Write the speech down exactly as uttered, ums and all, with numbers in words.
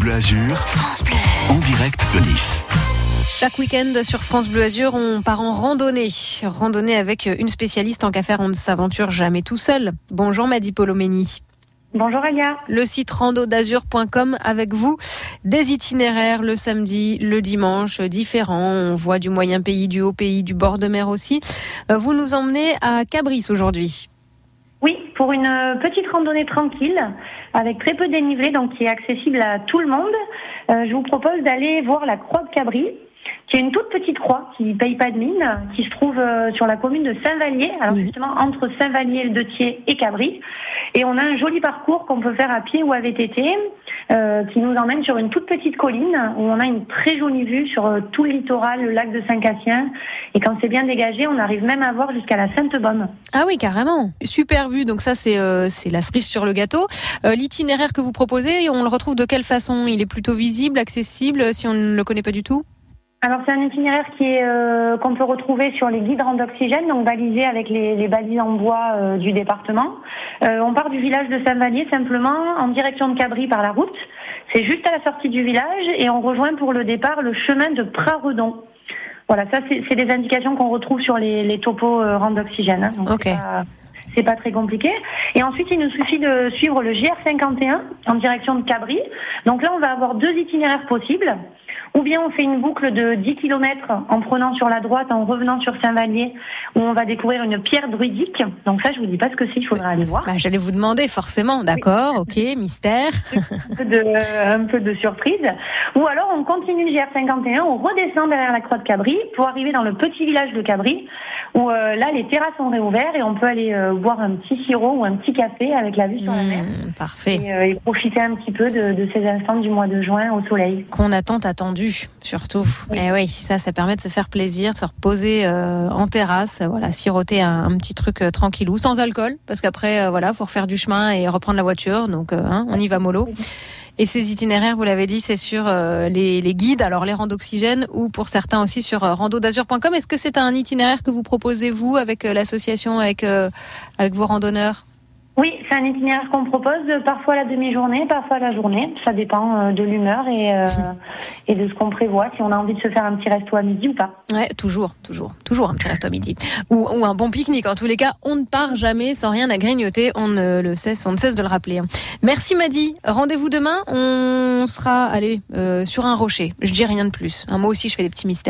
Bleu Azur, France Bleu, en direct de Nice. Chaque week-end sur France Bleu Azur, on part en randonnée. Randonnée avec une spécialiste en qu'à faire, on ne s'aventure jamais tout seul. Bonjour Madi Polomeni. Bonjour Alia. Le site rando d'azur point com avec vous. Des itinéraires le samedi, le dimanche, différents. On voit du moyen pays, du haut pays, du bord de mer aussi. Vous nous emmenez à Cabris aujourd'hui. Oui, pour une petite randonnée tranquille, avec très peu de dénivelé, donc qui est accessible à tout le monde. Euh, je vous propose d'aller voir la Croix de Cabris, qui est une toute petite croix qui ne paye pas de mine, qui se trouve euh, sur la commune de Saint-Vallier, alors oui. justement entre Saint-Vallier, le Deux-Thiers et Cabris. Et on a un joli parcours qu'on peut faire à pied ou à V T T, euh, qui nous emmène sur une toute petite colline où on a une très jolie vue sur euh, tout le littoral, le lac de Saint-Cassien. Et quand c'est bien dégagé, on arrive même à voir jusqu'à la Sainte-Baume. Ah oui, carrément. Super vue, donc ça c'est, euh, c'est la cerise sur le gâteau. Euh, l'itinéraire que vous proposez, on le retrouve de quelle façon ? Il est plutôt visible, accessible, si on ne le connaît pas du tout ? Alors c'est un itinéraire qui est euh, qu'on peut retrouver sur les guides Rand'Oxygène, donc balisés avec les, les balises en bois euh, du département. Euh, on part du village de Saint-Vallier simplement en direction de Cabris par la route. C'est juste à la sortie du village et on rejoint pour le départ le chemin de Prat-Redon. Voilà, ça c'est, c'est des indications qu'on retrouve sur les, les topos euh, Rand'Oxygène. Hein, donc okay. c'est pas, c'est pas très compliqué. Et ensuite, il nous suffit de suivre le J R cinquante et un en direction de Cabris. Donc là, on va avoir deux itinéraires possibles. Ou bien on fait une boucle de dix kilomètres en prenant sur la droite, en revenant sur Saint-Vallier, où on va découvrir une pierre druidique. Donc ça, je vous dis pas ce que c'est, il faudra aller voir. Bah, j'allais vous demander forcément, d'accord, oui. Ok, mystère. un, peu de, un peu de surprise. Ou alors on continue le J R cinquante et un, on redescend derrière la Croix de Cabris pour arriver dans le petit village de Cabris, où euh, là les terrasses sont réouvertes et on peut aller euh, boire un petit sirop ou un petit café avec la vue sur mmh, la mer. Parfait. Et, euh, et profiter un petit peu de, de ces instants du mois de juin au soleil. Qu'on a tant attendu, surtout. Oui. Et oui, ça, ça permet de se faire plaisir, de se reposer euh, en terrasse, voilà, siroter un, un petit truc euh, tranquillou, sans alcool, parce qu'après, euh, voilà, faut refaire du chemin et reprendre la voiture, donc euh, hein, on y va mollo. Et ces itinéraires, vous l'avez dit, c'est sur euh, les, les guides, alors les Rand'Oxygène ou pour certains aussi sur euh, rando d'azur point com. Est-ce que c'est un itinéraire que vous proposez, vous, avec euh, l'association, avec, euh, avec vos randonneurs ? Oui, c'est un itinéraire qu'on propose, parfois la demi-journée, parfois la journée. Ça dépend de l'humeur et, euh, et de ce qu'on prévoit, si on a envie de se faire un petit resto à midi ou pas. Ouais, toujours, toujours, toujours un petit resto à midi. Ou, ou un bon pique-nique. En tous les cas, on ne part jamais sans rien à grignoter. On ne le cesse, on ne cesse de le rappeler. Merci Madi. Rendez-vous demain. On sera allez, euh, sur un rocher. Je dis rien de plus. Moi aussi, je fais des petits mystères.